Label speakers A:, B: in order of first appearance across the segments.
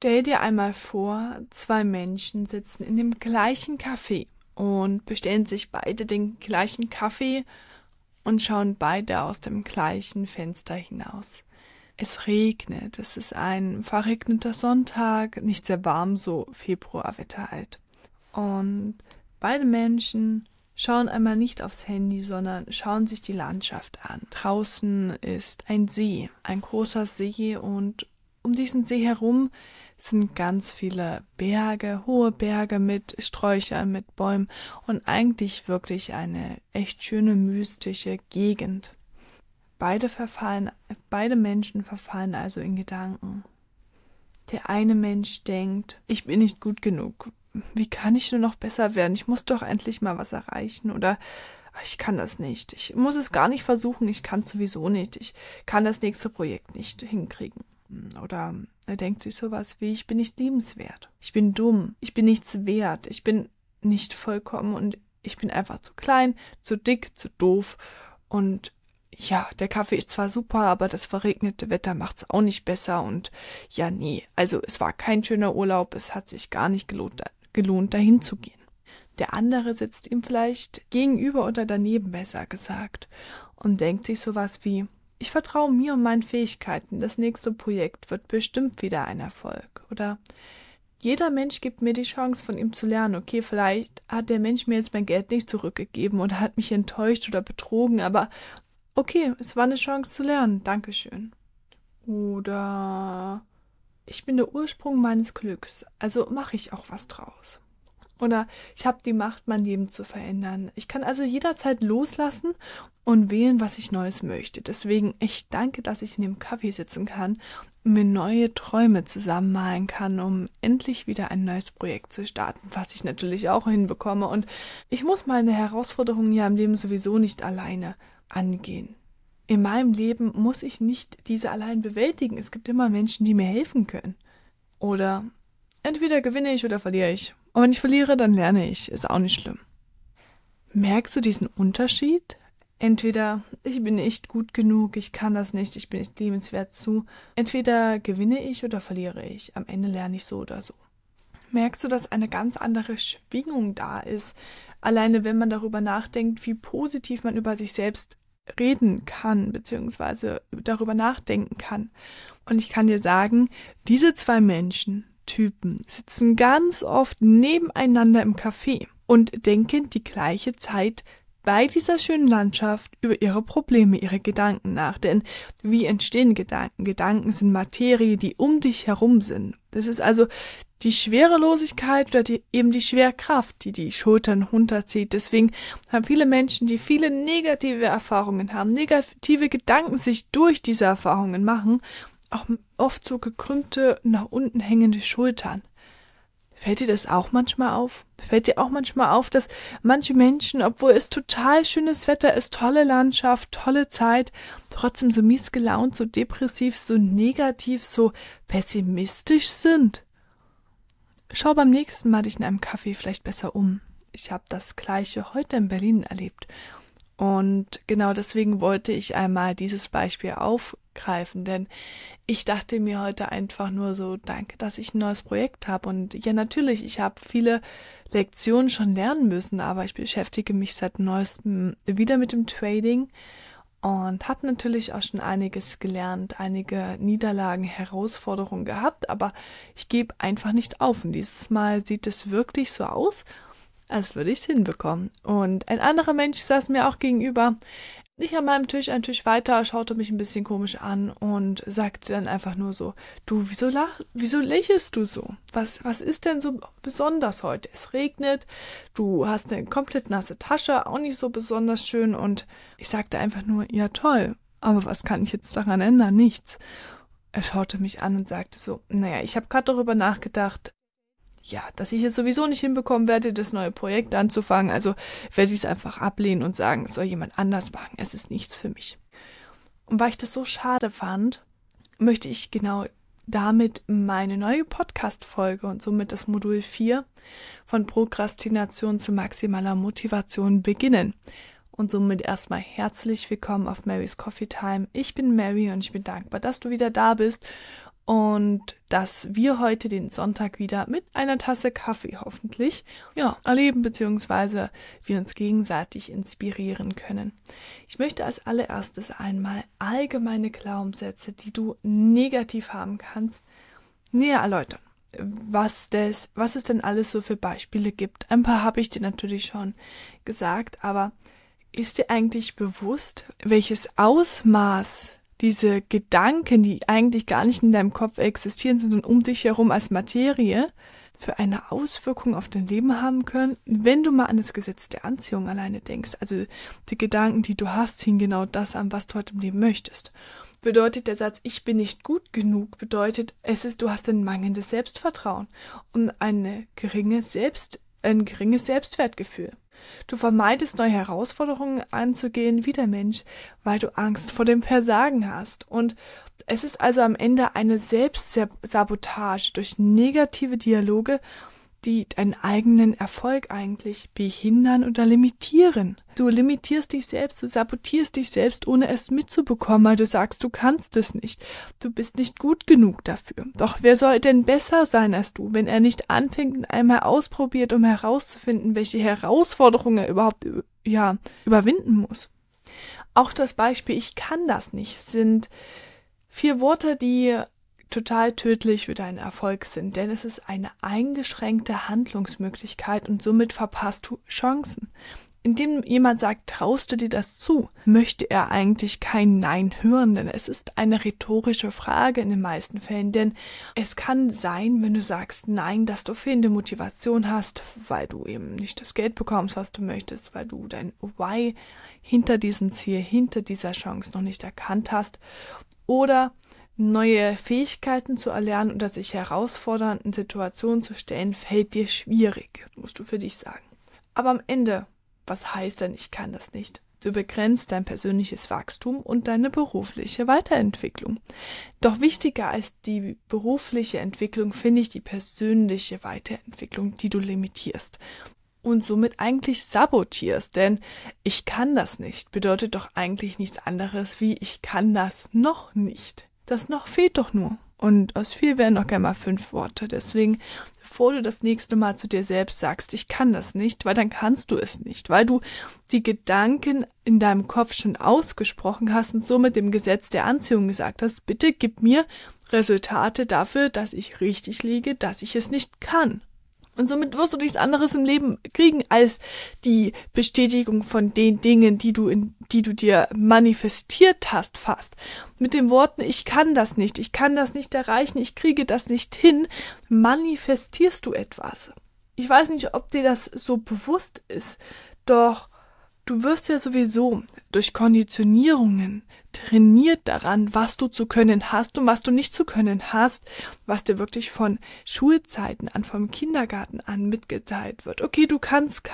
A: Stell dir einmal vor, zwei Menschen sitzen in dem gleichen Café und bestellen sich beide den gleichen Kaffee und schauen beide aus dem gleichen Fenster hinaus. Es regnet, es ist ein verregneter Sonntag, nicht sehr warm, so Februarwetter halt. Und beide Menschen schauen einmal nicht aufs Handy, sondern schauen sich die Landschaft an. Draußen ist ein See, ein großer See, und um diesen See herum sind ganz viele Berge, hohe Berge mit Sträuchern, mit Bäumen und eigentlich wirklich eine echt schöne, mystische Gegend. Beide Menschen verfallen also in Gedanken. Der eine Mensch denkt, ich bin nicht gut genug. Wie kann ich nur noch besser werden? Ich muss doch endlich mal was erreichen. Oder ich kann das nicht. Ich muss es gar nicht versuchen. Ich kann es sowieso nicht. Ich kann das nächste Projekt nicht hinkriegen. Oder er denkt sich sowas wie, ich bin nicht liebenswert. Ich bin dumm. Ich bin nichts wert. Ich bin nicht vollkommen und ich bin einfach zu klein, zu dick, zu doof. Und ja, der Kaffee ist zwar super, aber das verregnete Wetter macht's auch nicht besser. Und ja, nee, also es war kein schöner Urlaub. Es hat sich gar nicht gelohnt, dahin zu gehen. Der andere sitzt ihm vielleicht gegenüber oder daneben, besser gesagt, und denkt sich sowas wie, ich vertraue mir und meinen Fähigkeiten, das nächste Projekt wird bestimmt wieder ein Erfolg. Oder jeder Mensch gibt mir die Chance, von ihm zu lernen. Okay, vielleicht hat der Mensch mir jetzt mein Geld nicht zurückgegeben oder hat mich enttäuscht oder betrogen, aber okay, es war eine Chance zu lernen, Dankeschön. Oder ich bin der Ursprung meines Glücks, also mache ich auch was draus. Oder ich habe die Macht, mein Leben zu verändern. Ich kann also jederzeit loslassen und wählen, was ich Neues möchte. Deswegen echt danke, dass ich in dem Kaffee sitzen kann und mir neue Träume zusammenmalen kann, um endlich wieder ein neues Projekt zu starten, was ich natürlich auch hinbekomme. Und ich muss meine Herausforderungen ja im Leben sowieso nicht alleine angehen. In meinem Leben muss ich nicht diese allein bewältigen. Es gibt immer Menschen, die mir helfen können. Oder entweder gewinne ich oder verliere ich. Und wenn ich verliere, dann lerne ich. Ist auch nicht schlimm. Merkst du diesen Unterschied? Entweder ich bin nicht gut genug, ich kann das nicht, ich bin nicht liebenswert zu. Entweder gewinne ich oder verliere ich. Am Ende lerne ich so oder so. Merkst du, dass eine ganz andere Schwingung da ist? Alleine wenn man darüber nachdenkt, wie positiv man über sich selbst reden kann, beziehungsweise darüber nachdenken kann. Und ich kann dir sagen, diese zwei Typen sitzen ganz oft nebeneinander im Café und denken die gleiche Zeit bei dieser schönen Landschaft über ihre Probleme, ihre Gedanken nach. Denn wie entstehen Gedanken? Gedanken sind Materie, die um dich herum sind. Das ist also die Schwerelosigkeit oder eben die Schwerkraft, die die Schultern runterzieht. Deswegen haben viele Menschen, die viele negative Erfahrungen haben, negative Gedanken sich durch diese Erfahrungen machen, auch oft so gekrümmte, nach unten hängende Schultern. Fällt dir das auch manchmal auf? Fällt dir auch manchmal auf, dass manche Menschen, obwohl es total schönes Wetter ist, tolle Landschaft, tolle Zeit, trotzdem so mies gelaunt, so depressiv, so negativ, so pessimistisch sind? Schau beim nächsten Mal dich in einem Café vielleicht besser um. Ich habe das Gleiche heute in Berlin erlebt. Und genau deswegen wollte ich einmal dieses Beispiel aufgreifen, denn ich dachte mir heute einfach nur so, danke, dass ich ein neues Projekt habe. Und ja, natürlich, ich habe viele Lektionen schon lernen müssen, aber ich beschäftige mich seit neuestem wieder mit dem Trading und habe natürlich auch schon einiges gelernt, einige Niederlagen, Herausforderungen gehabt, aber ich gebe einfach nicht auf. Und dieses Mal sieht es wirklich so aus, als würde ich es hinbekommen. Und ein anderer Mensch saß mir auch gegenüber, nicht an meinem Tisch, einen Tisch weiter, schaute mich ein bisschen komisch an und sagte dann einfach nur so, du, wieso lächelst du so? Was ist denn so besonders heute? Es regnet, du hast eine komplett nasse Tasche, auch nicht so besonders schön. Und ich sagte einfach nur, ja toll, aber was kann ich jetzt daran ändern? Nichts. Er schaute mich an und sagte so, naja, ich habe gerade darüber nachgedacht, ja, dass ich es sowieso nicht hinbekommen werde, das neue Projekt anzufangen. Also werde ich es einfach ablehnen und sagen, es soll jemand anders machen. Es ist nichts für mich. Und weil ich das so schade fand, möchte ich genau damit meine neue Podcast-Folge und somit das Modul 4 von Prokrastination zu maximaler Motivation beginnen. Und somit erstmal herzlich willkommen auf Mary's Coffee Time. Ich bin Mary und ich bin dankbar, dass du wieder da bist. und dass wir heute den Sonntag wieder mit einer Tasse Kaffee hoffentlich erleben, beziehungsweise wir uns gegenseitig inspirieren können. Ich möchte als allererstes einmal allgemeine Glaubenssätze, die du negativ haben kannst, näher erläutern. Was es denn alles so für Beispiele gibt. Ein paar habe ich dir natürlich schon gesagt, aber ist dir eigentlich bewusst, welches Ausmaß diese Gedanken, die eigentlich gar nicht in deinem Kopf existieren, sondern um dich herum als Materie, für eine Auswirkung auf dein Leben haben können, wenn du mal an das Gesetz der Anziehung alleine denkst? Also die Gedanken, die du hast, ziehen genau das an, was du heute im Leben möchtest. Bedeutet der Satz, ich bin nicht gut genug, bedeutet, du hast ein mangelndes Selbstvertrauen und ein geringes Selbstwertgefühl. Du vermeidest neue Herausforderungen anzugehen wie der Mensch, weil du Angst vor dem Versagen hast. Und es ist also am Ende eine Selbstsabotage durch negative Dialoge, die deinen eigenen Erfolg eigentlich behindern oder limitieren. Du limitierst dich selbst, du sabotierst dich selbst, ohne es mitzubekommen, weil du sagst, du kannst es nicht. Du bist nicht gut genug dafür. Doch wer soll denn besser sein als du, wenn er nicht anfängt und einmal ausprobiert, um herauszufinden, welche Herausforderungen er überhaupt überwinden muss? Auch das Beispiel "Ich kann das nicht" sind 4 Worte, die total tödlich für deinen Erfolg sind, denn es ist eine eingeschränkte Handlungsmöglichkeit und somit verpasst du Chancen. Indem jemand sagt, traust du dir das zu, möchte er eigentlich kein Nein hören, denn es ist eine rhetorische Frage in den meisten Fällen, denn es kann sein, wenn du sagst Nein, dass du fehlende Motivation hast, weil du eben nicht das Geld bekommst, was du möchtest, weil du dein Why hinter diesem Ziel, hinter dieser Chance noch nicht erkannt hast, oder neue Fähigkeiten zu erlernen oder sich herausfordernden Situationen zu stellen, fällt dir schwierig, musst du für dich sagen. Aber am Ende, was heißt denn, ich kann das nicht? Du begrenzt dein persönliches Wachstum und deine berufliche Weiterentwicklung. Doch wichtiger als die berufliche Entwicklung finde ich die persönliche Weiterentwicklung, die du limitierst und somit eigentlich sabotierst, denn ich kann das nicht bedeutet doch eigentlich nichts anderes wie ich kann das noch nicht. Das noch fehlt doch nur. Und aus viel werden noch gerne mal 5 Worte. Deswegen, bevor du das nächste Mal zu dir selbst sagst, ich kann das nicht, weil dann kannst du es nicht, weil du die Gedanken in deinem Kopf schon ausgesprochen hast und somit dem Gesetz der Anziehung gesagt hast, bitte gib mir Resultate dafür, dass ich richtig liege, dass ich es nicht kann. Und somit wirst du nichts anderes im Leben kriegen als die Bestätigung von den Dingen, die du dir manifestiert hast fast. Mit den Worten, ich kann das nicht erreichen, ich kriege das nicht hin, manifestierst du etwas. Ich weiß nicht, ob dir das so bewusst ist, doch du wirst ja sowieso durch Konditionierungen trainiert daran, was du zu können hast und was du nicht zu können hast, was dir wirklich von Schulzeiten an, vom Kindergarten an mitgeteilt wird. Okay, du kannst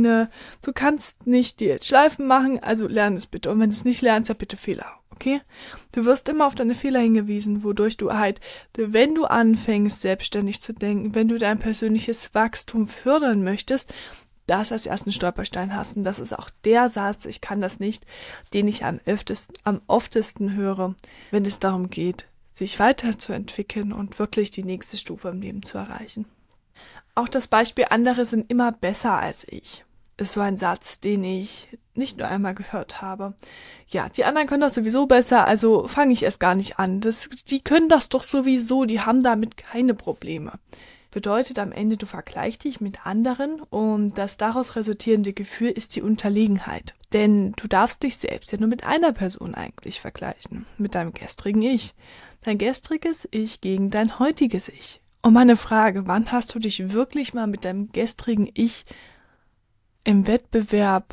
A: nicht die Schleifen machen, also lern es bitte. Und wenn du es nicht lernst, dann bitte Fehler, okay? Du wirst immer auf deine Fehler hingewiesen, wodurch du halt, wenn du anfängst, selbstständig zu denken, wenn du dein persönliches Wachstum fördern möchtest, das als ersten Stolperstein hast. Und das ist auch der Satz, ich kann das nicht, den ich am oftesten höre, wenn es darum geht, sich weiterzuentwickeln und wirklich die nächste Stufe im Leben zu erreichen. Auch das Beispiel, andere sind immer besser als ich, ist so ein Satz, den ich nicht nur einmal gehört habe. Ja, die anderen können das sowieso besser, also fange ich erst gar nicht an. Die können das doch sowieso, die haben damit keine Probleme. Bedeutet am Ende, du vergleichst dich mit anderen und das daraus resultierende Gefühl ist die Unterlegenheit. Denn du darfst dich selbst ja nur mit einer Person eigentlich vergleichen, mit deinem gestrigen Ich. Dein gestriges Ich gegen dein heutiges Ich. Und meine Frage, wann hast du dich wirklich mal mit deinem gestrigen Ich im Wettbewerb,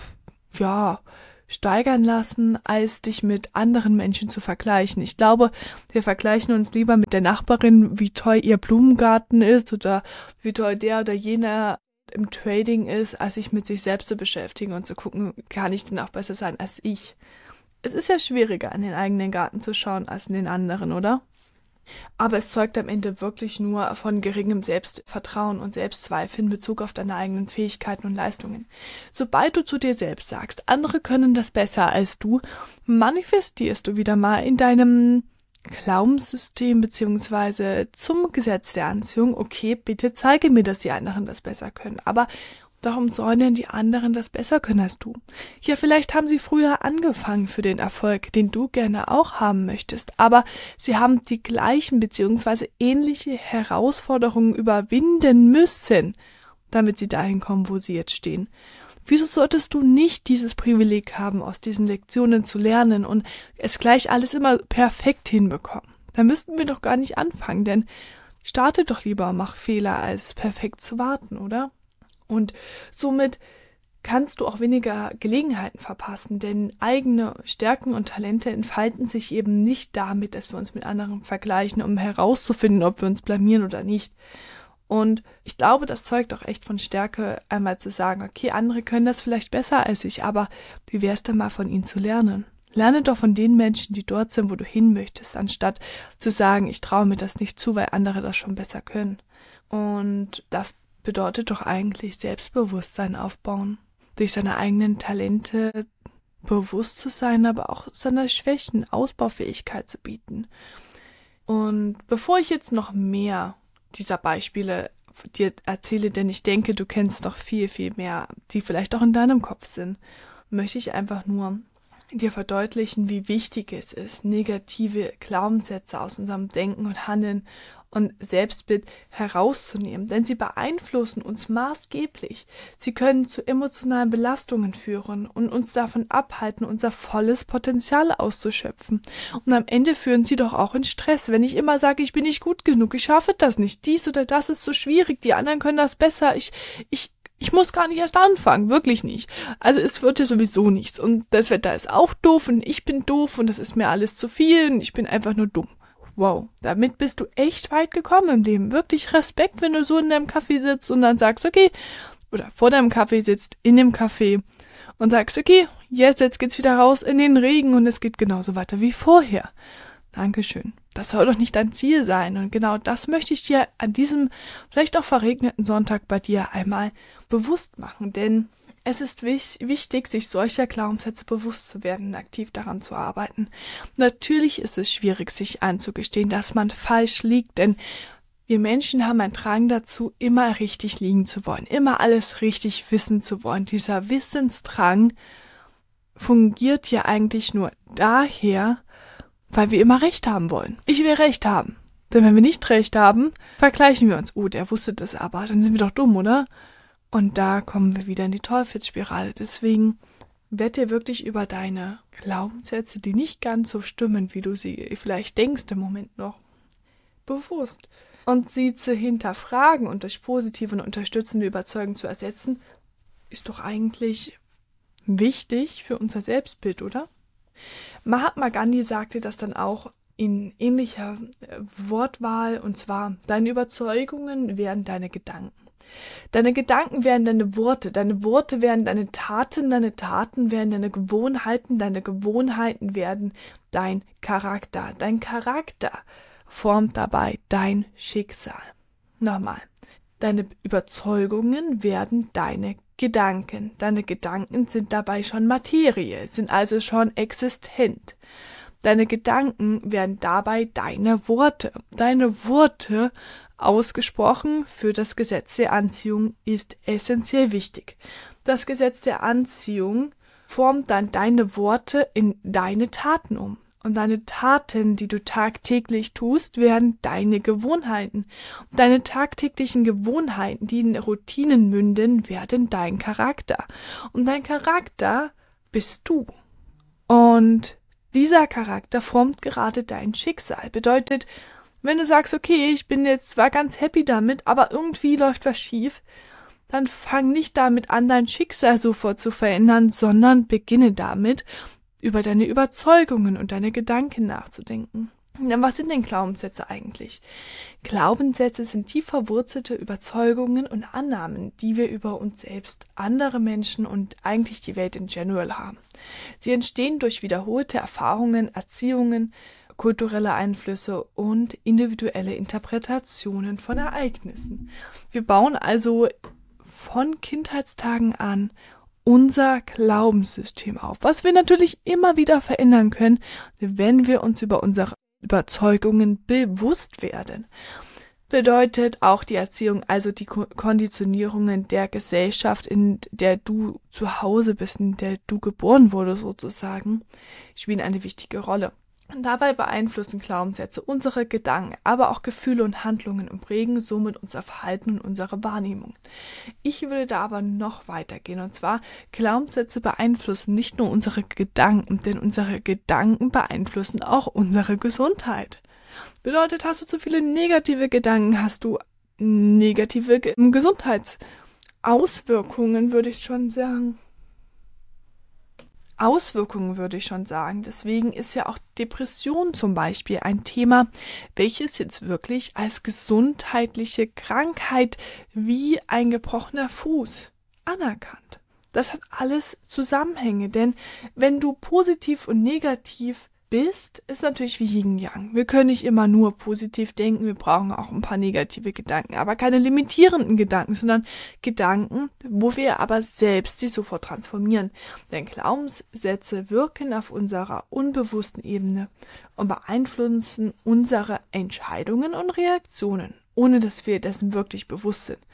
A: steigern lassen, als dich mit anderen Menschen zu vergleichen? Ich glaube, wir vergleichen uns lieber mit der Nachbarin, wie toll ihr Blumengarten ist oder wie toll der oder jener im Trading ist, als sich mit sich selbst zu beschäftigen und zu gucken, kann ich denn auch besser sein als ich? Es ist ja schwieriger, in den eigenen Garten zu schauen als in den anderen, oder? Aber es zeugt am Ende wirklich nur von geringem Selbstvertrauen und Selbstzweifel in Bezug auf deine eigenen Fähigkeiten und Leistungen. Sobald du zu dir selbst sagst, andere können das besser als du, manifestierst du wieder mal in deinem Glaubenssystem beziehungsweise zum Gesetz der Anziehung, okay, bitte zeige mir, dass die anderen das besser können. Aber warum sollen denn die anderen das besser können als du? Ja, vielleicht haben sie früher angefangen für den Erfolg, den du gerne auch haben möchtest, aber sie haben die gleichen beziehungsweise ähnliche Herausforderungen überwinden müssen, damit sie dahin kommen, wo sie jetzt stehen. Wieso solltest du nicht dieses Privileg haben, aus diesen Lektionen zu lernen und es gleich alles immer perfekt hinbekommen? Da müssten wir doch gar nicht anfangen, denn starte doch lieber und mach Fehler, als perfekt zu warten, oder? Und somit kannst du auch weniger Gelegenheiten verpassen, denn eigene Stärken und Talente entfalten sich eben nicht damit, dass wir uns mit anderen vergleichen, um herauszufinden, ob wir uns blamieren oder nicht. Und ich glaube, das zeugt auch echt von Stärke, einmal zu sagen, okay, andere können das vielleicht besser als ich, aber wie wär's denn mal von ihnen zu lernen? Lerne doch von den Menschen, die dort sind, wo du hin möchtest, anstatt zu sagen, ich traue mir das nicht zu, weil andere das schon besser können. Und das bedeutet doch eigentlich Selbstbewusstsein aufbauen, durch seine eigenen Talente bewusst zu sein, aber auch seiner Schwächen Ausbaufähigkeit zu bieten. Und bevor ich jetzt noch mehr dieser Beispiele dir erzähle, denn ich denke, du kennst noch viel, viel mehr, die vielleicht auch in deinem Kopf sind, möchte ich einfach nur dir verdeutlichen, wie wichtig es ist, negative Glaubenssätze aus unserem Denken und Handeln und Selbstbild herauszunehmen, denn sie beeinflussen uns maßgeblich. Sie können zu emotionalen Belastungen führen und uns davon abhalten, unser volles Potenzial auszuschöpfen. Und am Ende führen sie doch auch in Stress. Wenn ich immer sage, ich bin nicht gut genug, ich schaffe das nicht, dies oder das ist so schwierig, die anderen können das besser, ich muss gar nicht erst anfangen, wirklich nicht. Also es wird ja sowieso nichts und das Wetter ist auch doof und ich bin doof und das ist mir alles zu viel und ich bin einfach nur dumm. Wow, damit bist du echt weit gekommen im Leben. Wirklich Respekt, wenn du so in deinem Kaffee sitzt und dann sagst, okay, oder vor deinem Kaffee sitzt, in dem Kaffee und sagst, okay, yes, jetzt geht's wieder raus in den Regen und es geht genauso weiter wie vorher. Dankeschön. Das soll doch nicht dein Ziel sein. Und genau das möchte ich dir an diesem vielleicht auch verregneten Sonntag bei dir einmal bewusst machen. Denn es ist wichtig, sich solcher Glaubenssätze bewusst zu werden und aktiv daran zu arbeiten. Natürlich ist es schwierig, sich einzugestehen, dass man falsch liegt, denn wir Menschen haben einen Drang dazu, immer richtig liegen zu wollen, immer alles richtig wissen zu wollen. Dieser Wissensdrang fungiert ja eigentlich nur daher, weil wir immer Recht haben wollen. Ich will Recht haben. Denn wenn wir nicht Recht haben, vergleichen wir uns. Oh, der wusste das aber, dann sind wir doch dumm, oder? Und da kommen wir wieder in die Teufelsspirale. Deswegen werd dir wirklich über deine Glaubenssätze, die nicht ganz so stimmen, wie du sie vielleicht denkst im Moment noch, bewusst. Und sie zu hinterfragen und durch positive und unterstützende Überzeugung zu ersetzen, ist doch eigentlich wichtig für unser Selbstbild, oder? Mahatma Gandhi sagte das dann auch in ähnlicher Wortwahl, und zwar, deine Überzeugungen werden deine Gedanken. Deine Gedanken werden deine Worte werden deine Taten werden deine Gewohnheiten werden dein Charakter. Dein Charakter formt dabei dein Schicksal. Nochmal, deine Überzeugungen werden deine Gedanken. Deine Gedanken sind dabei schon Materie, sind also schon existent. Deine Gedanken werden dabei deine Worte. Deine Worte, ausgesprochen für das Gesetz der Anziehung, ist essentiell wichtig. Das Gesetz der Anziehung formt dann deine Worte in deine Taten um. Und deine Taten, die du tagtäglich tust, werden deine Gewohnheiten. Und deine tagtäglichen Gewohnheiten, die in Routinen münden, werden dein Charakter. Und dein Charakter bist du. Und dieser Charakter formt gerade dein Schicksal. Bedeutet, wenn du sagst, okay, ich bin jetzt zwar ganz happy damit, aber irgendwie läuft was schief, dann fang nicht damit an, dein Schicksal sofort zu verändern, sondern beginne damit, über deine Überzeugungen und deine Gedanken nachzudenken. Denn was sind denn Glaubenssätze eigentlich? Glaubenssätze sind tief verwurzelte Überzeugungen und Annahmen, die wir über uns selbst, andere Menschen und eigentlich die Welt in general haben. Sie entstehen durch wiederholte Erfahrungen, Erziehungen, kulturelle Einflüsse und individuelle Interpretationen von Ereignissen. Wir bauen also von Kindheitstagen an unser Glaubenssystem auf, was wir natürlich immer wieder verändern können, wenn wir uns über unsere Überzeugungen bewusst werden. Bedeutet auch die Erziehung, also die Konditionierungen der Gesellschaft, in der du zu Hause bist, in der du geboren wurdest sozusagen, spielen eine wichtige Rolle. Und dabei beeinflussen Glaubenssätze unsere Gedanken, aber auch Gefühle und Handlungen und prägen somit unser Verhalten und unsere Wahrnehmung. Ich würde da aber noch weitergehen, und zwar Glaubenssätze beeinflussen nicht nur unsere Gedanken, denn unsere Gedanken beeinflussen auch unsere Gesundheit. Bedeutet, hast du zu viele negative Gedanken, hast du negative Gesundheitsauswirkungen, würde ich schon sagen. Deswegen ist ja auch Depression zum Beispiel ein Thema, welches jetzt wirklich als gesundheitliche Krankheit wie ein gebrochener Fuß anerkannt. Das hat alles Zusammenhänge, denn wenn du positiv und negativ bist, ist natürlich wie Yin Yang. Wir können nicht immer nur positiv denken, wir brauchen auch ein paar negative Gedanken, aber keine limitierenden Gedanken, sondern Gedanken, wo wir aber selbst sie sofort transformieren. Denn Glaubenssätze wirken auf unserer unbewussten Ebene und beeinflussen unsere Entscheidungen und Reaktionen, ohne dass wir dessen wirklich bewusst sind.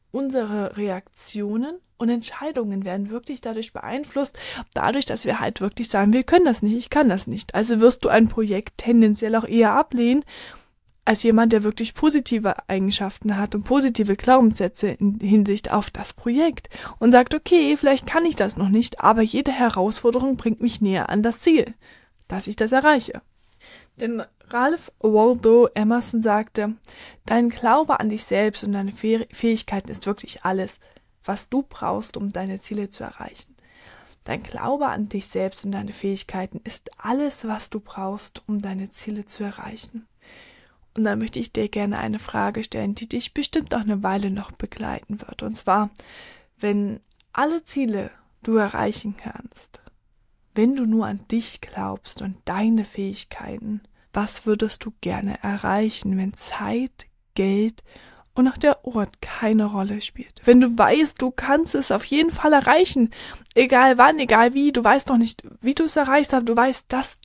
A: Unsere Reaktionen und Entscheidungen werden wirklich dadurch beeinflusst, dadurch, dass wir halt wirklich sagen, wir können das nicht, ich kann das nicht. Also wirst du ein Projekt tendenziell auch eher ablehnen, als jemand, der wirklich positive Eigenschaften hat und positive Glaubenssätze in Hinsicht auf das Projekt und sagt, okay, vielleicht kann ich das noch nicht, aber jede Herausforderung bringt mich näher an das Ziel, dass ich das erreiche. Denn Ralph Waldo Emerson sagte, dein Glaube an dich selbst und deine Fähigkeiten ist wirklich alles, was du brauchst, um deine Ziele zu erreichen. Dein Glaube an dich selbst und deine Fähigkeiten ist alles, was du brauchst, um deine Ziele zu erreichen. Und da möchte ich dir gerne eine Frage stellen, die dich bestimmt auch eine Weile noch begleiten wird. Und zwar, wenn alle Ziele du erreichen kannst, wenn du nur an dich glaubst und deine Fähigkeiten, was würdest du gerne erreichen, wenn Zeit, Geld und auch der Ort keine Rolle spielt? Wenn du weißt, du kannst es auf jeden Fall erreichen, egal wann, egal wie, du weißt noch nicht, wie du es erreichst, aber du weißt, dass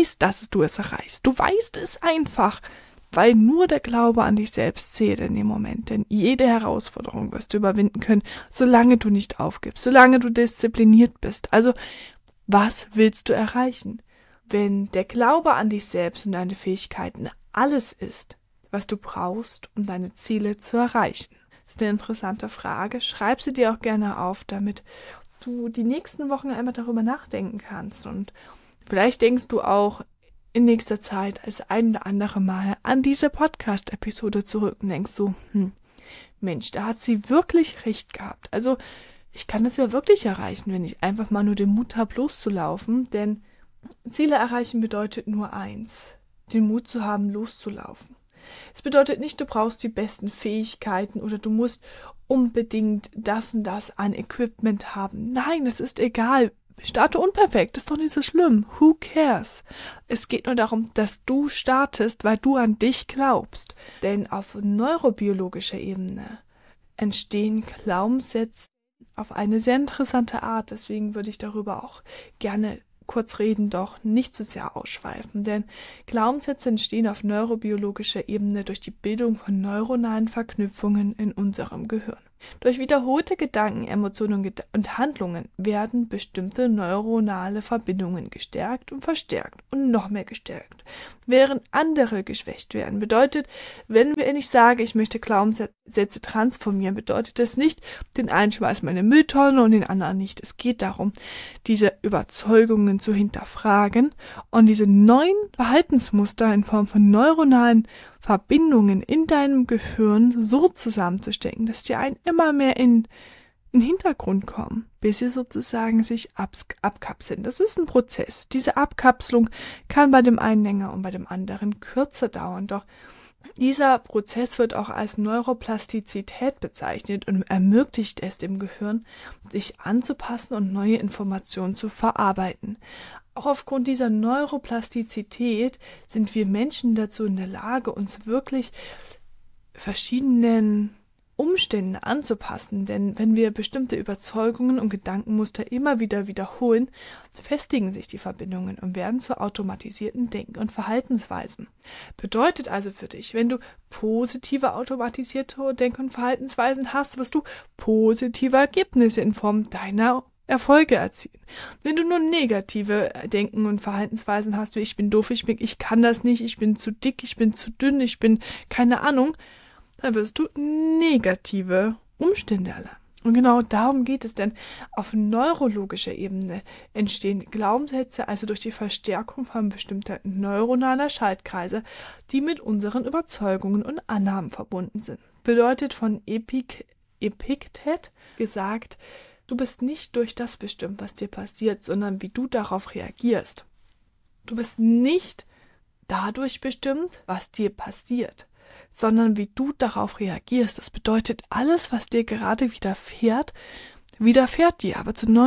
A: du es erreichst. Du weißt es einfach, weil nur der Glaube an dich selbst zählt in dem Moment. Denn jede Herausforderung wirst du überwinden können, solange du nicht aufgibst, solange du diszipliniert bist. Also, was willst du erreichen? Wenn der Glaube an dich selbst und deine Fähigkeiten alles ist, was du brauchst, um deine Ziele zu erreichen. Das ist eine interessante Frage. Schreib sie dir auch gerne auf, damit du die nächsten Wochen einmal darüber nachdenken kannst. Und vielleicht denkst du auch in nächster Zeit das ein oder andere Mal an diese Podcast-Episode zurück und denkst so, Mensch, da hat sie wirklich recht gehabt. Also ich kann das ja wirklich erreichen, wenn ich einfach mal nur den Mut habe, loszulaufen, denn Ziele erreichen bedeutet nur eins, den Mut zu haben, loszulaufen. Es bedeutet nicht, du brauchst die besten Fähigkeiten oder du musst unbedingt das und das an Equipment haben. Nein, es ist egal. Starte unperfekt, ist doch nicht so schlimm. Who cares? Es geht nur darum, dass du startest, weil du an dich glaubst. Denn auf neurobiologischer Ebene entstehen Glaubenssätze auf eine sehr interessante Art. Deswegen würde ich darüber auch gerne kurz reden, doch nicht zu sehr ausschweifen, denn Glaubenssätze entstehen auf neurobiologischer Ebene durch die Bildung von neuronalen Verknüpfungen in unserem Gehirn. Durch wiederholte Gedanken, Emotionen und Handlungen werden bestimmte neuronale Verbindungen gestärkt und verstärkt und noch mehr gestärkt, während andere geschwächt werden. Bedeutet, wenn ich sage, ich möchte Glaubenssätze transformieren, bedeutet das nicht, den einen schmeißen wir in eine Mülltonne und den anderen nicht. Es geht darum, diese Überzeugungen zu hinterfragen und diese neuen Verhaltensmuster in Form von neuronalen Verbindungen in deinem Gehirn so zusammenzustecken, dass die einen immer mehr in den Hintergrund kommen, bis sie sozusagen sich abkapseln. Das ist ein Prozess. Diese Abkapselung kann bei dem einen länger und bei dem anderen kürzer dauern, doch dieser Prozess wird auch als Neuroplastizität bezeichnet und ermöglicht es dem Gehirn, sich anzupassen und neue Informationen zu verarbeiten. Auch aufgrund dieser Neuroplastizität sind wir Menschen dazu in der Lage, uns wirklich verschiedenen Umständen anzupassen, denn wenn wir bestimmte Überzeugungen und Gedankenmuster immer wieder wiederholen, festigen sich die Verbindungen und werden zu automatisierten Denken- und Verhaltensweisen. Bedeutet also für dich, wenn du positive automatisierte Denk- und Verhaltensweisen hast, wirst du positive Ergebnisse in Form deiner Erfolge erzielen. Wenn du nur negative Denken- und Verhaltensweisen hast, wie ich bin doof, ich kann das nicht, ich bin zu dick, ich bin zu dünn, ich bin keine Ahnung, dann wirst du negative Umstände erlangen. Und genau darum geht es, denn auf neurologischer Ebene entstehen Glaubenssätze, also durch die Verstärkung von bestimmter neuronaler Schaltkreise, die mit unseren Überzeugungen und Annahmen verbunden sind. Bedeutet von Epiktet gesagt, du bist nicht durch das bestimmt, was dir passiert, sondern wie du darauf reagierst. Du bist nicht dadurch bestimmt, was dir passiert, sondern wie du darauf reagierst. Das bedeutet, alles, was dir gerade widerfährt, widerfährt dir. Aber zu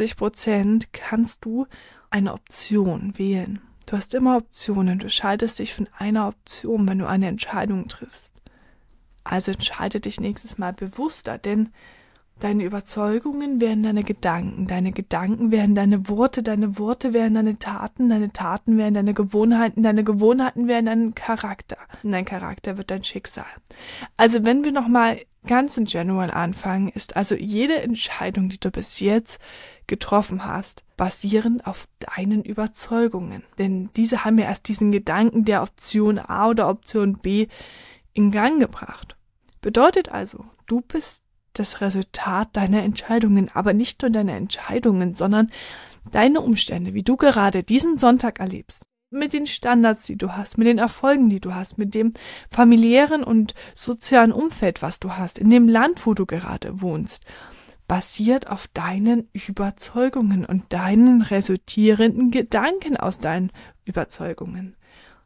A: 99% kannst du eine Option wählen. Du hast immer Optionen. Du entscheidest dich von einer Option, wenn du eine Entscheidung triffst. Also entscheide dich nächstes Mal bewusster, denn deine Überzeugungen werden deine Gedanken werden deine Worte werden deine Taten werden deine Gewohnheiten werden dein Charakter und dein Charakter wird dein Schicksal. Also wenn wir nochmal ganz in general anfangen, ist also jede Entscheidung, die du bis jetzt getroffen hast, basierend auf deinen Überzeugungen. Denn diese haben ja erst diesen Gedanken der Option A oder Option B in Gang gebracht. Bedeutet also, du bist das Resultat deiner Entscheidungen, aber nicht nur deine Entscheidungen, sondern deine Umstände, wie du gerade diesen Sonntag erlebst, mit den Standards, die du hast, mit den Erfolgen, die du hast, mit dem familiären und sozialen Umfeld, was du hast, in dem Land, wo du gerade wohnst, basiert auf deinen Überzeugungen und deinen resultierenden Gedanken aus deinen Überzeugungen.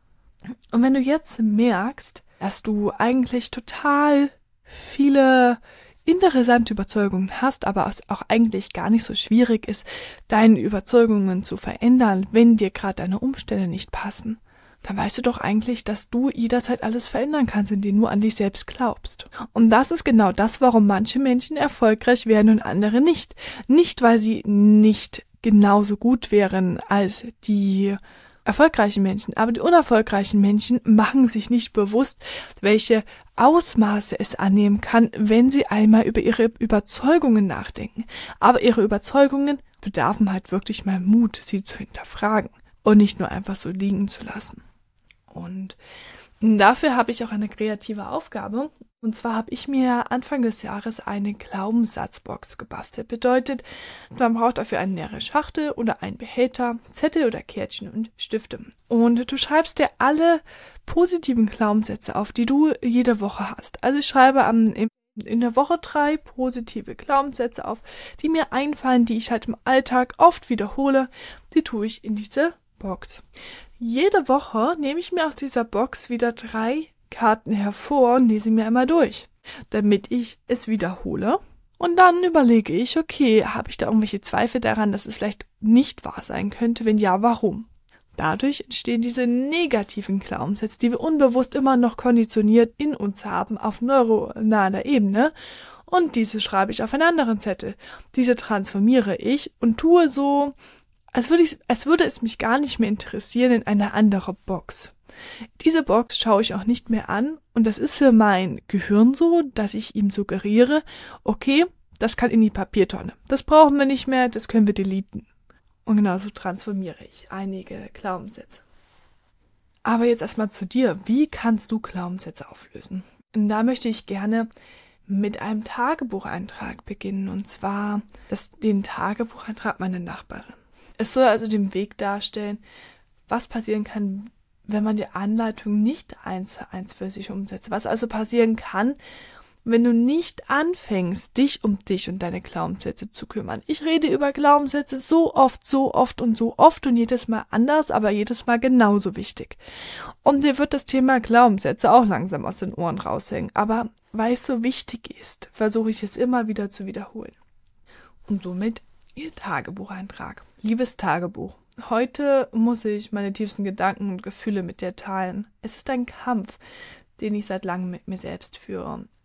A: Und wenn du jetzt merkst, dass du eigentlich total viele interessante Überzeugungen hast, aber es auch eigentlich gar nicht so schwierig ist, deine Überzeugungen zu verändern, wenn dir gerade deine Umstände nicht passen, dann weißt du doch eigentlich, dass du jederzeit alles verändern kannst, indem du an dich selbst glaubst. Und das ist genau das, warum manche Menschen erfolgreich werden und andere nicht. Nicht, weil sie nicht genauso gut wären als die erfolgreichen Menschen, aber die unerfolgreichen Menschen machen sich nicht bewusst, welche Ausmaße es annehmen kann, wenn sie einmal über ihre Überzeugungen nachdenken. Aber ihre Überzeugungen bedarfen halt wirklich mal Mut, sie zu hinterfragen und nicht nur einfach so liegen zu lassen. Und dafür habe ich auch eine kreative Aufgabe. Und zwar habe ich mir Anfang des Jahres eine Glaubenssatzbox gebastelt. Bedeutet, man braucht dafür eine leere Schachtel oder einen Behälter, Zettel oder Kärtchen und Stifte. Und du schreibst dir alle positiven Glaubenssätze auf, die du jede Woche hast. Also ich schreibe in der Woche 3 positive Glaubenssätze auf, die mir einfallen, die ich halt im Alltag oft wiederhole. Die tue ich in diese Box. Jede Woche nehme ich mir aus dieser Box wieder 3 Karten hervor und lese mir einmal durch, damit ich es wiederhole. Und dann überlege ich, okay, habe ich da irgendwelche Zweifel daran, dass es vielleicht nicht wahr sein könnte? Wenn ja, warum? Dadurch entstehen diese negativen Glaubenssätze, die wir unbewusst immer noch konditioniert in uns haben auf neuronaler Ebene. Und diese schreibe ich auf einen anderen Zettel. Diese transformiere ich und tue so, als würde es mich gar nicht mehr interessieren, in eine andere Box. Diese Box schaue ich auch nicht mehr an und das ist für mein Gehirn so, dass ich ihm suggeriere, okay, das kann in die Papiertonne. Das brauchen wir nicht mehr, das können wir deleten. Und genauso transformiere ich einige Glaubenssätze. Aber jetzt erstmal zu dir. Wie kannst du Glaubenssätze auflösen? Und da möchte ich gerne mit einem Tagebucheintrag beginnen. Und zwar den Tagebucheintrag meiner Nachbarin. Es soll also den Weg darstellen, was passieren kann, wenn man die Anleitung nicht 1:1 für sich umsetzt. Was also passieren kann, wenn du nicht anfängst, dich um dich und deine Glaubenssätze zu kümmern. Ich rede über Glaubenssätze so oft und jedes Mal anders, aber jedes Mal genauso wichtig. Und dir wird das Thema Glaubenssätze auch langsam aus den Ohren raushängen. Aber weil es so wichtig ist, versuche ich es immer wieder zu wiederholen. Und somit ihr Tagebucheintrag. Liebes Tagebuch. Heute muss ich meine tiefsten Gedanken und Gefühle mit dir teilen. Es ist ein Kampf, den ich seit langem mit mir selbst führe.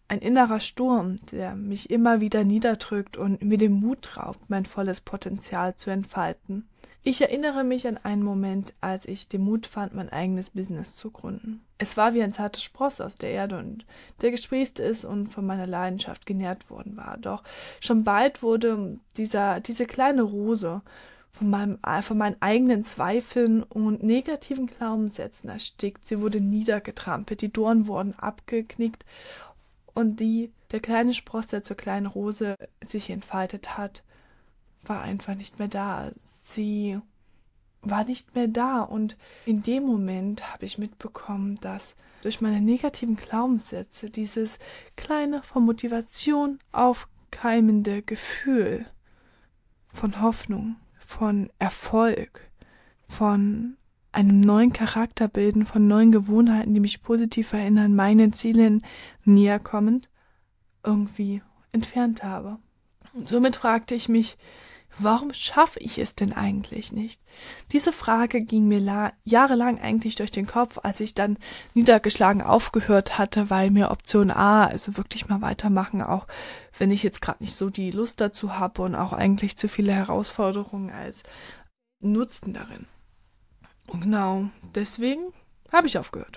A: ein innerer Sturm, der mich immer wieder niederdrückt und mir den Mut raubt, mein volles Potenzial zu entfalten. Ich erinnere mich an einen Moment, als ich den Mut fand, mein eigenes Business zu gründen. Es war wie ein zarter Spross aus der Erde und der gesprießt ist und von meiner Leidenschaft genährt worden war. Doch schon bald wurde diese kleine Rose von meinen eigenen Zweifeln und negativen Glaubenssätzen erstickt. Sie wurde niedergetrampelt, die Dornen wurden abgeknickt und der kleine Spross, der zur kleinen Rose sich entfaltet hat, war einfach nicht mehr da. Sie war nicht mehr da und in dem Moment habe ich mitbekommen, dass durch meine negativen Glaubenssätze dieses kleine, von Motivation aufkeimende Gefühl von Hoffnung, von Erfolg, von einem neuen Charakter bilden, von neuen Gewohnheiten, die mich positiv erinnern, meinen Zielen näher kommend, irgendwie entfernt habe. Und somit fragte ich mich, warum schaffe ich es denn eigentlich nicht? Diese Frage ging mir jahrelang eigentlich durch den Kopf, als ich dann niedergeschlagen aufgehört hatte, weil mir Option A, also wirklich mal weitermachen, auch wenn ich jetzt gerade nicht so die Lust dazu habe und auch eigentlich zu viele Herausforderungen als Nutzen darin. Und genau deswegen habe ich aufgehört.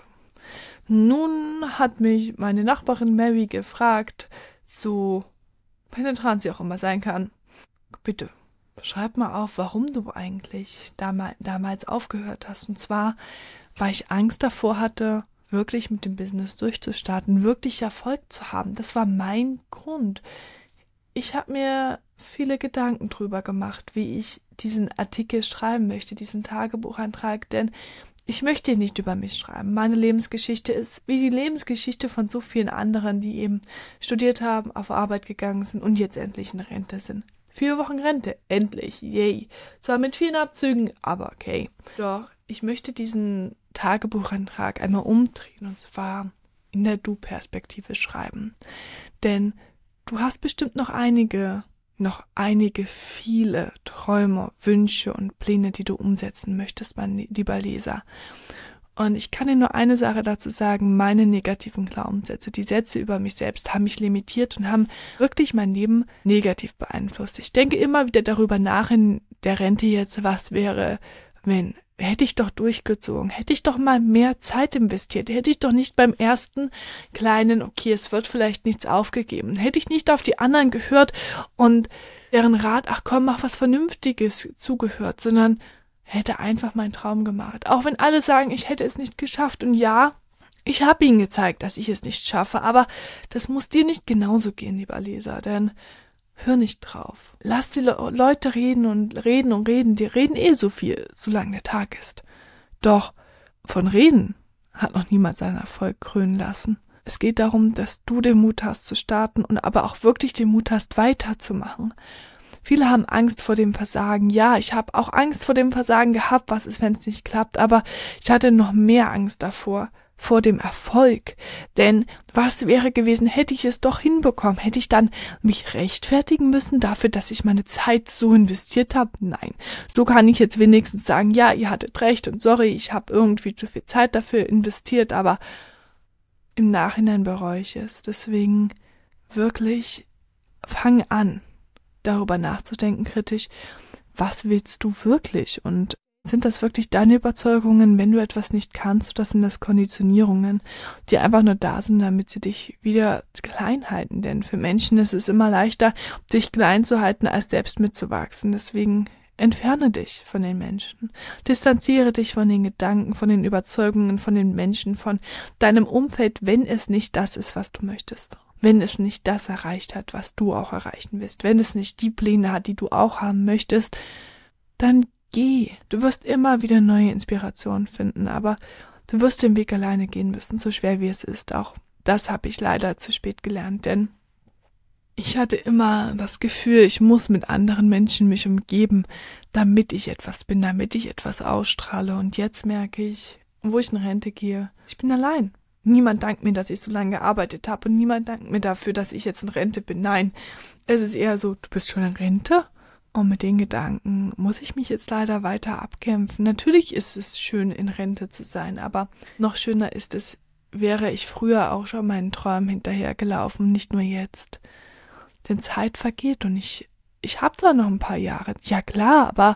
A: Nun hat mich meine Nachbarin Mary gefragt, so penetrant sie auch immer sein kann, bitte, schreib mal auf, warum du eigentlich damals aufgehört hast. Und zwar, weil ich Angst davor hatte, wirklich mit dem Business durchzustarten, wirklich Erfolg zu haben. Das war mein Grund. Ich habe mir viele Gedanken drüber gemacht, wie ich diesen Artikel schreiben möchte, diesen Tagebucheintrag, denn ich möchte nicht über mich schreiben. Meine Lebensgeschichte ist wie die Lebensgeschichte von so vielen anderen, die eben studiert haben, auf Arbeit gegangen sind und jetzt endlich in Rente sind. 4 Wochen Rente, endlich, yay. Zwar mit vielen Abzügen, aber okay. Doch ich möchte diesen Tagebucheintrag einmal umdrehen und zwar in der Du-Perspektive schreiben. Denn du hast bestimmt noch einige viele Träume, Wünsche und Pläne, die du umsetzen möchtest, mein lieber Leser. Und ich kann dir nur eine Sache dazu sagen, meine negativen Glaubenssätze, die Sätze über mich selbst haben mich limitiert und haben wirklich mein Leben negativ beeinflusst. Ich denke immer wieder darüber nach in der Rente jetzt, was wäre, wenn, hätte ich doch durchgezogen, hätte ich doch mal mehr Zeit investiert, hätte ich doch nicht beim ersten kleinen, okay, es wird vielleicht nichts aufgegeben, hätte ich nicht auf die anderen gehört und deren Rat, ach komm, mach was Vernünftiges zugehört, sondern hätte einfach meinen Traum gemacht. Auch wenn alle sagen, ich hätte es nicht geschafft. Und ja, ich habe ihnen gezeigt, dass ich es nicht schaffe, aber das muss dir nicht genauso gehen, lieber Leser, denn hör nicht drauf. Lass die Leute reden und reden und reden. Die reden eh so viel, solange der Tag ist. Doch von Reden hat noch niemand seinen Erfolg krönen lassen. Es geht darum, dass du den Mut hast zu starten und aber auch wirklich den Mut hast, weiterzumachen. Viele haben Angst vor dem Versagen. Ja, ich habe auch Angst vor dem Versagen gehabt, was ist, wenn es nicht klappt, aber ich hatte noch mehr Angst davor, vor dem Erfolg. Denn was wäre gewesen, hätte ich es doch hinbekommen? Hätte ich dann mich rechtfertigen müssen dafür, dass ich meine Zeit so investiert habe? Nein, so kann ich jetzt wenigstens sagen, ja, ihr hattet recht und sorry, ich habe irgendwie zu viel Zeit dafür investiert, aber im Nachhinein bereue ich es. Deswegen wirklich fang an, darüber nachzudenken kritisch, was willst du wirklich und sind das wirklich deine Überzeugungen, wenn du etwas nicht kannst, oder sind das Konditionierungen, die einfach nur da sind, damit sie dich wieder klein halten, denn für Menschen ist es immer leichter, dich klein zu halten, als selbst mitzuwachsen, deswegen entferne dich von den Menschen, distanziere dich von den Gedanken, von den Überzeugungen, von den Menschen, von deinem Umfeld, wenn es nicht das ist, was du möchtest. Wenn es nicht das erreicht hat, was du auch erreichen willst, wenn es nicht die Pläne hat, die du auch haben möchtest, dann geh. Du wirst immer wieder neue Inspirationen finden, aber du wirst den Weg alleine gehen müssen, so schwer wie es ist. Auch das habe ich leider zu spät gelernt, denn ich hatte immer das Gefühl, ich muss mit anderen Menschen mich umgeben, damit ich etwas bin, damit ich etwas ausstrahle. Und jetzt merke ich, wo ich in Rente gehe, ich bin allein. Niemand dankt mir, dass ich so lange gearbeitet habe und niemand dankt mir dafür, dass ich jetzt in Rente bin. Nein, es ist eher so, du bist schon in Rente? Und mit den Gedanken muss ich mich jetzt leider weiter abkämpfen. Natürlich ist es schön, in Rente zu sein, aber noch schöner ist es, wäre ich früher auch schon meinen Träumen hinterhergelaufen, nicht nur jetzt. Denn Zeit vergeht und ich habe da noch ein paar Jahre. Ja klar, aber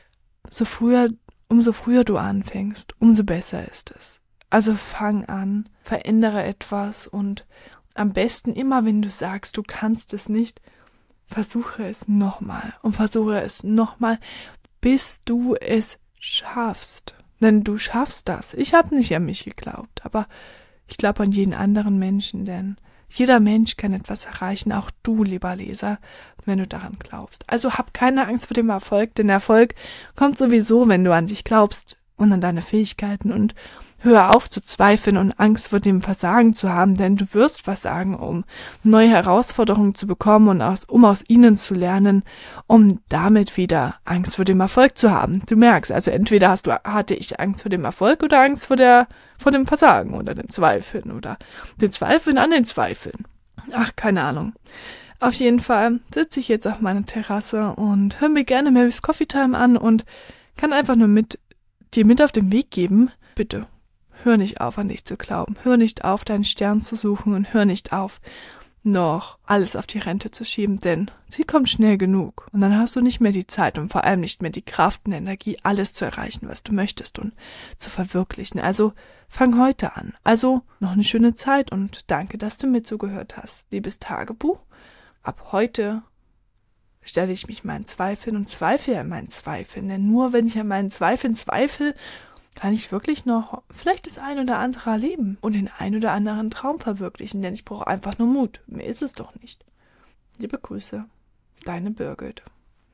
A: umso früher du anfängst, umso besser ist es. Also fang an, verändere etwas und am besten immer, wenn du sagst, du kannst es nicht, versuche es nochmal und versuche es nochmal, bis du es schaffst. Denn du schaffst das. Ich habe nicht an mich geglaubt, aber ich glaube an jeden anderen Menschen, denn jeder Mensch kann etwas erreichen, auch du, lieber Leser, wenn du daran glaubst. Also hab keine Angst vor dem Erfolg, denn Erfolg kommt sowieso, wenn du an dich glaubst und an deine Fähigkeiten, und hör auf zu zweifeln und Angst vor dem Versagen zu haben, denn du wirst versagen, um neue Herausforderungen zu bekommen und um aus ihnen zu lernen, um damit wieder Angst vor dem Erfolg zu haben. Du merkst, also entweder hatte ich Angst vor dem Erfolg oder Angst vor dem Versagen oder den Zweifeln oder den Zweifeln an den Zweifeln. Ach, keine Ahnung. Auf jeden Fall sitze ich jetzt auf meiner Terrasse und höre mir gerne Mary's Coffee Time an und kann einfach nur dir mit auf den Weg geben, bitte. Hör nicht auf, an dich zu glauben. Hör nicht auf, deinen Stern zu suchen und hör nicht auf, noch alles auf die Rente zu schieben, denn sie kommt schnell genug. Und dann hast du nicht mehr die Zeit und vor allem nicht mehr die Kraft und Energie, alles zu erreichen, was du möchtest und zu verwirklichen. Also fang heute an. Also noch eine schöne Zeit und danke, dass du mir zugehört hast. Liebes Tagebuch, ab heute stelle ich mich meinen Zweifeln und zweifle an meinen Zweifeln. Denn nur wenn ich an meinen Zweifeln zweifle, kann ich wirklich noch vielleicht das ein oder andere erleben und den ein oder anderen Traum verwirklichen, denn ich brauche einfach nur Mut. Mehr ist es doch nicht. Liebe Grüße, deine Birgit.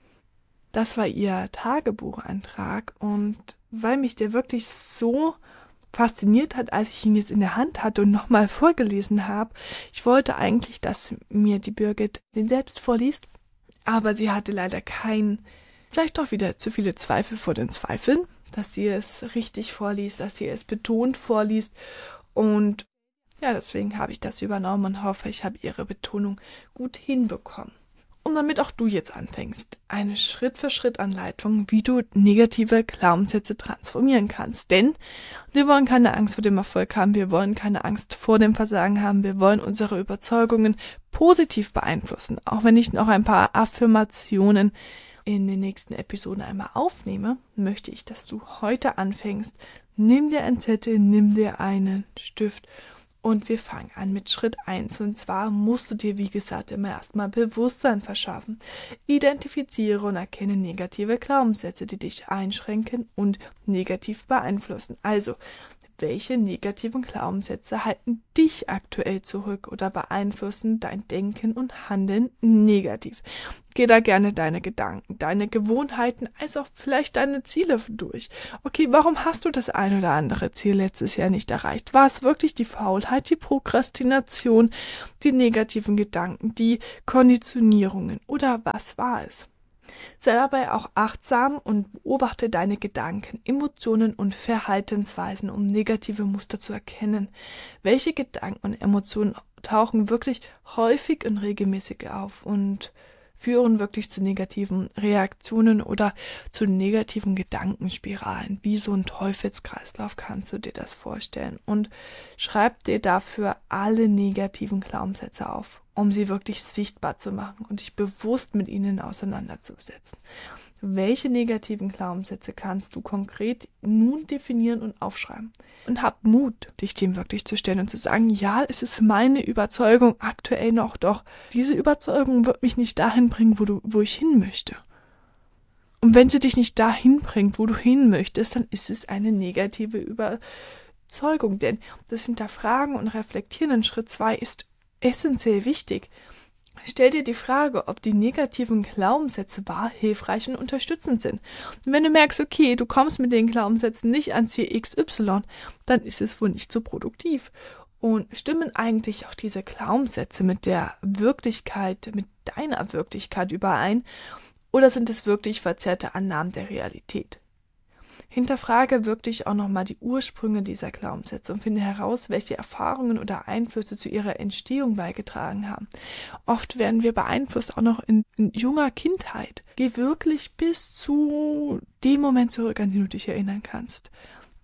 A: Das war ihr Tagebucheintrag und weil mich der wirklich so fasziniert hat, als ich ihn jetzt in der Hand hatte und nochmal vorgelesen habe, ich wollte eigentlich, dass mir die Birgit den selbst vorliest, aber sie hatte leider vielleicht doch wieder zu viele Zweifel vor den Zweifeln, dass sie es richtig vorliest, dass sie es betont vorliest. Und ja, deswegen habe ich das übernommen und hoffe, ich habe ihre Betonung gut hinbekommen. Und damit auch du jetzt anfängst, eine Schritt-für-Schritt-Anleitung, wie du negative Glaubenssätze transformieren kannst. Denn wir wollen keine Angst vor dem Erfolg haben, wir wollen keine Angst vor dem Versagen haben, wir wollen unsere Überzeugungen positiv beeinflussen. Auch wenn ich noch ein paar Affirmationen in den nächsten Episoden einmal aufnehme, möchte ich, dass du heute anfängst. Nimm dir einen Zettel, nimm dir einen Stift und wir fangen an mit Schritt 1. Und zwar musst du dir, wie gesagt, immer erstmal Bewusstsein verschaffen. Identifiziere und erkenne negative Glaubenssätze, die dich einschränken und negativ beeinflussen. Also, welche negativen Glaubenssätze halten dich aktuell zurück oder beeinflussen dein Denken und Handeln negativ? Geh da gerne deine Gedanken, deine Gewohnheiten, als auch vielleicht deine Ziele durch. Okay, warum hast du das ein oder andere Ziel letztes Jahr nicht erreicht? War es wirklich die Faulheit, die Prokrastination, die negativen Gedanken, die Konditionierungen oder was war es? Sei dabei auch achtsam und beobachte deine Gedanken, Emotionen und Verhaltensweisen, um negative Muster zu erkennen. Welche Gedanken und Emotionen tauchen wirklich häufig und regelmäßig auf und führen wirklich zu negativen Reaktionen oder zu negativen Gedankenspiralen. Wie so ein Teufelskreislauf kannst du dir das vorstellen. Und schreib dir dafür alle negativen Glaubenssätze auf, um sie wirklich sichtbar zu machen und dich bewusst mit ihnen auseinanderzusetzen. Welche negativen Glaubenssätze kannst du konkret nun definieren und aufschreiben? Und hab Mut, dich dem wirklich zu stellen und zu sagen, ja, es ist meine Überzeugung aktuell noch, doch diese Überzeugung wird mich nicht dahin bringen, wo ich hin möchte. Und wenn sie dich nicht dahin bringt, wo du hin möchtest, dann ist es eine negative Überzeugung. Denn das Hinterfragen und Reflektieren in Schritt 2 ist essentiell wichtig. Stell dir die Frage, ob die negativen Glaubenssätze wahr, hilfreich und unterstützend sind. Und wenn du merkst, okay, du kommst mit den Glaubenssätzen nicht ans Ziel XY, dann ist es wohl nicht so produktiv. Und stimmen eigentlich auch diese Glaubenssätze mit der Wirklichkeit, mit deiner Wirklichkeit überein? Oder sind es wirklich verzerrte Annahmen der Realität? Hinterfrage wirklich auch nochmal die Ursprünge dieser Glaubenssätze und finde heraus, welche Erfahrungen oder Einflüsse zu ihrer Entstehung beigetragen haben. Oft werden wir beeinflusst, auch noch in junger Kindheit. Geh wirklich bis zu dem Moment zurück, an den du dich erinnern kannst.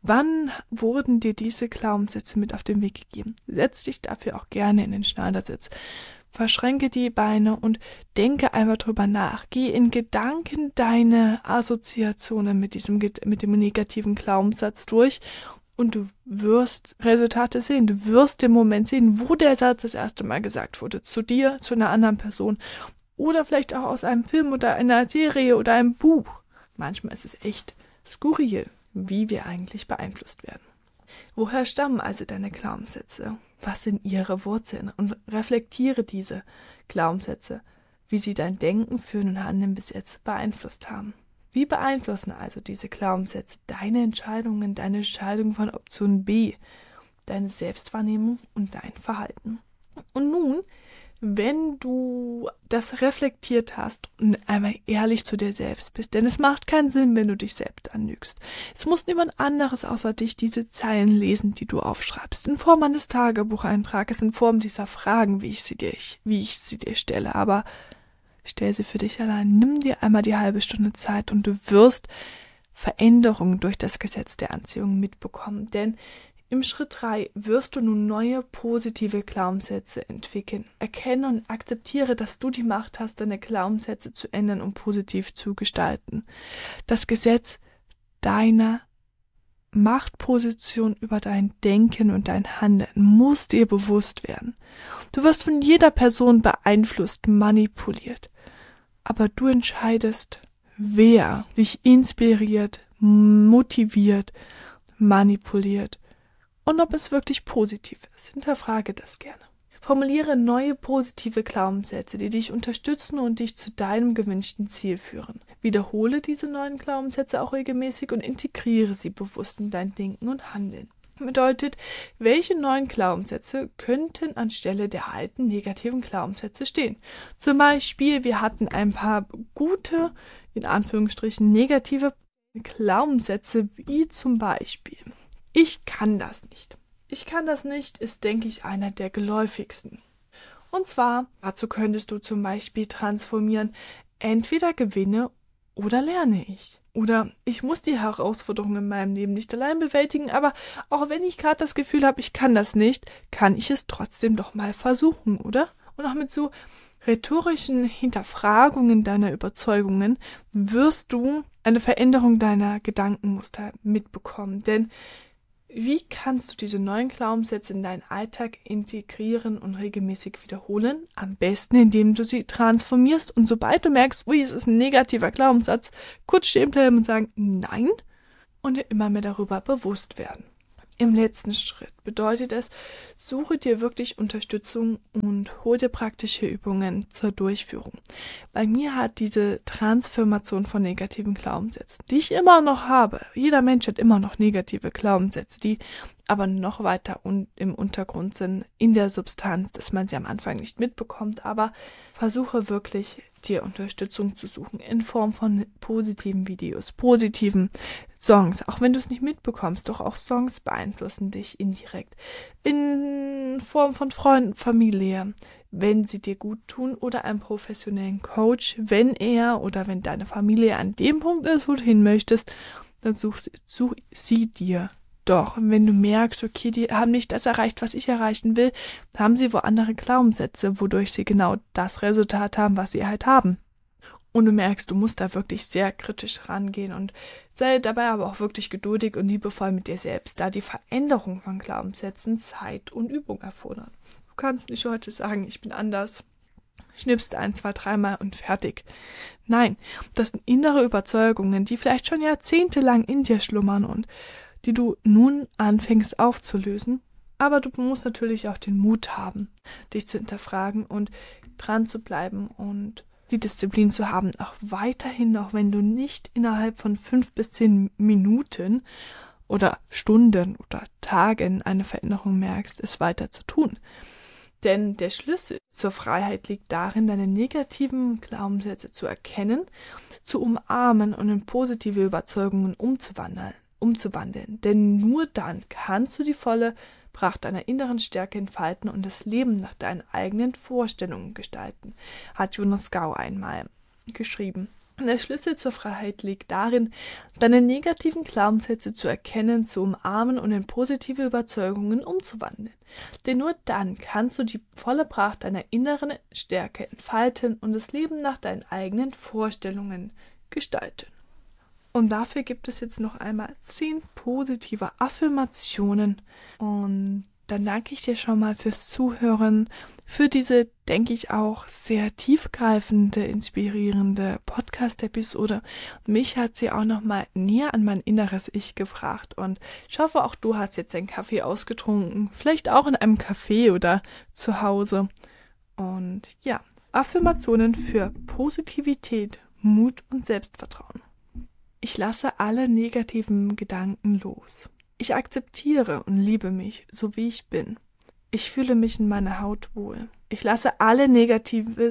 A: Wann wurden dir diese Glaubenssätze mit auf den Weg gegeben? Setz dich dafür auch gerne in den Schneidersitz. Verschränke die Beine und denke einfach drüber nach. Geh in Gedanken deine Assoziationen mit dem negativen Glaubenssatz durch und du wirst Resultate sehen. Du wirst den Moment sehen, wo der Satz das erste Mal gesagt wurde. Zu dir, zu einer anderen Person oder vielleicht auch aus einem Film oder einer Serie oder einem Buch. Manchmal ist es echt skurril, wie wir eigentlich beeinflusst werden. Woher stammen also deine Glaubenssätze? Was sind ihre Wurzeln? Und reflektiere diese Glaubenssätze, wie sie dein Denken, Fühlen und Handeln bis jetzt beeinflusst haben. Wie beeinflussen also diese Glaubenssätze deine Entscheidungen von Option B, deine Selbstwahrnehmung und dein Verhalten? Und nun, wenn du das reflektiert hast und einmal ehrlich zu dir selbst bist, denn es macht keinen Sinn, wenn du dich selbst anlügst. Es muss niemand anderes außer dich diese Zeilen lesen, die du aufschreibst, in Form eines Tagebucheintrages, in Form dieser Fragen, wie ich sie dir stelle, aber stell sie für dich allein. Nimm dir einmal die halbe Stunde Zeit und du wirst Veränderungen durch das Gesetz der Anziehung mitbekommen, denn im Schritt 3 wirst du nun neue positive Glaubenssätze entwickeln. Erkenne und akzeptiere, dass du die Macht hast, deine Glaubenssätze zu ändern und positiv zu gestalten. Das Gesetz deiner Machtposition über dein Denken und dein Handeln muss dir bewusst werden. Du wirst von jeder Person beeinflusst, manipuliert. Aber du entscheidest, wer dich inspiriert, motiviert, manipuliert. Und ob es wirklich positiv ist. Hinterfrage das gerne. Formuliere neue positive Glaubenssätze, die dich unterstützen und dich zu deinem gewünschten Ziel führen. Wiederhole diese neuen Glaubenssätze auch regelmäßig und integriere sie bewusst in dein Denken und Handeln. Bedeutet, welche neuen Glaubenssätze könnten anstelle der alten negativen Glaubenssätze stehen? Zum Beispiel, wir hatten ein paar gute, in Anführungsstrichen negative Glaubenssätze, wie zum Beispiel: Ich kann das nicht. Ich kann das nicht ist, denke ich, einer der geläufigsten. Und zwar, dazu könntest du zum Beispiel transformieren: Entweder gewinne oder lerne ich. Oder ich muss die Herausforderungen in meinem Leben nicht allein bewältigen, aber auch wenn ich gerade das Gefühl habe, ich kann das nicht, kann ich es trotzdem doch mal versuchen, oder? Und auch mit so rhetorischen Hinterfragungen deiner Überzeugungen wirst du eine Veränderung deiner Gedankenmuster mitbekommen. Denn wie kannst du diese neuen Glaubenssätze in deinen Alltag integrieren und regelmäßig wiederholen? Am besten, indem du sie transformierst und sobald du merkst, ui, es ist ein negativer Glaubenssatz, kurz stehen bleiben und sagen, nein, und dir immer mehr darüber bewusst werden. Im letzten Schritt bedeutet es, suche dir wirklich Unterstützung und hol dir praktische Übungen zur Durchführung. Bei mir hat diese Transformation von negativen Glaubenssätzen, die ich immer noch habe, jeder Mensch hat immer noch negative Glaubenssätze, die aber noch weiter im Untergrund sind, in der Substanz, dass man sie am Anfang nicht mitbekommt, aber versuche wirklich, dir Unterstützung zu suchen in Form von positiven Videos, positiven Songs, auch wenn du es nicht mitbekommst, doch auch Songs beeinflussen dich indirekt, in Form von Freunden, Familie, wenn sie dir gut tun, oder einem professionellen Coach, wenn deine Familie an dem Punkt ist, wo du hin möchtest, dann such sie dir. Doch, wenn du merkst, okay, die haben nicht das erreicht, was ich erreichen will, haben sie wo andere Glaubenssätze, wodurch sie genau das Resultat haben, was sie halt haben. Und du merkst, du musst da wirklich sehr kritisch rangehen und sei dabei aber auch wirklich geduldig und liebevoll mit dir selbst, da die Veränderung von Glaubenssätzen Zeit und Übung erfordern. Du kannst nicht heute sagen, ich bin anders. Schnippst 1, 2, 3 Mal und fertig. Nein, das sind innere Überzeugungen, die vielleicht schon jahrzehntelang in dir schlummern und die du nun anfängst aufzulösen. Aber du musst natürlich auch den Mut haben, dich zu hinterfragen und dran zu bleiben und die Disziplin zu haben, auch weiterhin, auch wenn du nicht innerhalb von 5 bis 10 Minuten oder Stunden oder Tagen eine Veränderung merkst, es weiter zu tun. Denn der Schlüssel zur Freiheit liegt darin, deine negativen Glaubenssätze zu erkennen, zu umarmen und in positive Überzeugungen umzuwandeln. Denn nur dann kannst du die volle Pracht deiner inneren Stärke entfalten und das Leben nach deinen eigenen Vorstellungen gestalten, hat Jonas Gau einmal geschrieben. Und der Schlüssel zur Freiheit liegt darin, deine negativen Glaubenssätze zu erkennen, zu umarmen und in positive Überzeugungen umzuwandeln. Denn nur dann kannst du die volle Pracht deiner inneren Stärke entfalten und das Leben nach deinen eigenen Vorstellungen gestalten. Und dafür gibt es jetzt noch einmal 10 positive Affirmationen. Und dann danke ich dir schon mal fürs Zuhören, für diese, denke ich, auch sehr tiefgreifende, inspirierende Podcast-Episode. Mich hat sie auch noch mal näher an mein inneres Ich gebracht. Und ich hoffe, auch du hast jetzt deinen Kaffee ausgetrunken. Vielleicht auch in einem Café oder zu Hause. Und ja, Affirmationen für Positivität, Mut und Selbstvertrauen. Ich lasse alle negativen Gedanken los. Ich akzeptiere und liebe mich, so wie ich bin. Ich fühle mich in meiner Haut wohl. Ich lasse alles Negative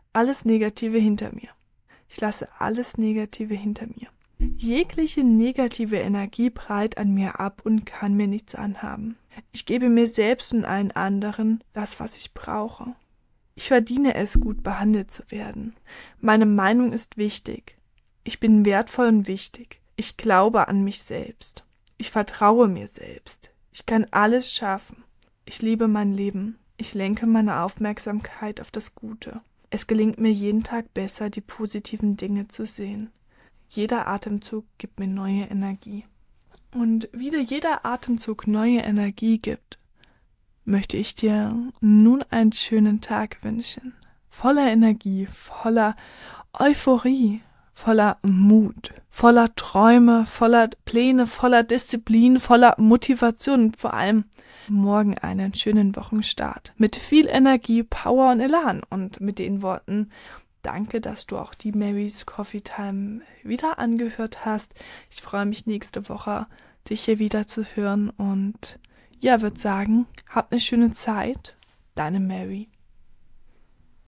A: hinter mir. Ich lasse alles Negative hinter mir. Jegliche negative Energie prallt an mir ab und kann mir nichts anhaben. Ich gebe mir selbst und allen anderen das, was ich brauche. Ich verdiene es, gut behandelt zu werden. Meine Meinung ist wichtig. Ich bin wertvoll und wichtig. Ich glaube an mich selbst. Ich vertraue mir selbst. Ich kann alles schaffen. Ich liebe mein Leben. Ich lenke meine Aufmerksamkeit auf das Gute. Es gelingt mir jeden Tag besser, die positiven Dinge zu sehen. Jeder Atemzug gibt mir neue Energie. Und wie dir jeder Atemzug neue Energie gibt, möchte ich dir nun einen schönen Tag wünschen. Voller Energie, voller Euphorie, voller Mut, voller Träume, voller Pläne, voller Disziplin, voller Motivation und vor allem morgen einen schönen Wochenstart mit viel Energie, Power und Elan. Und mit den Worten, danke, dass du auch die Mary's Coffee Time wieder angehört hast. Ich freue mich nächste Woche, dich hier wieder zu hören und ja, würde sagen, habt eine schöne Zeit. Deine Mary.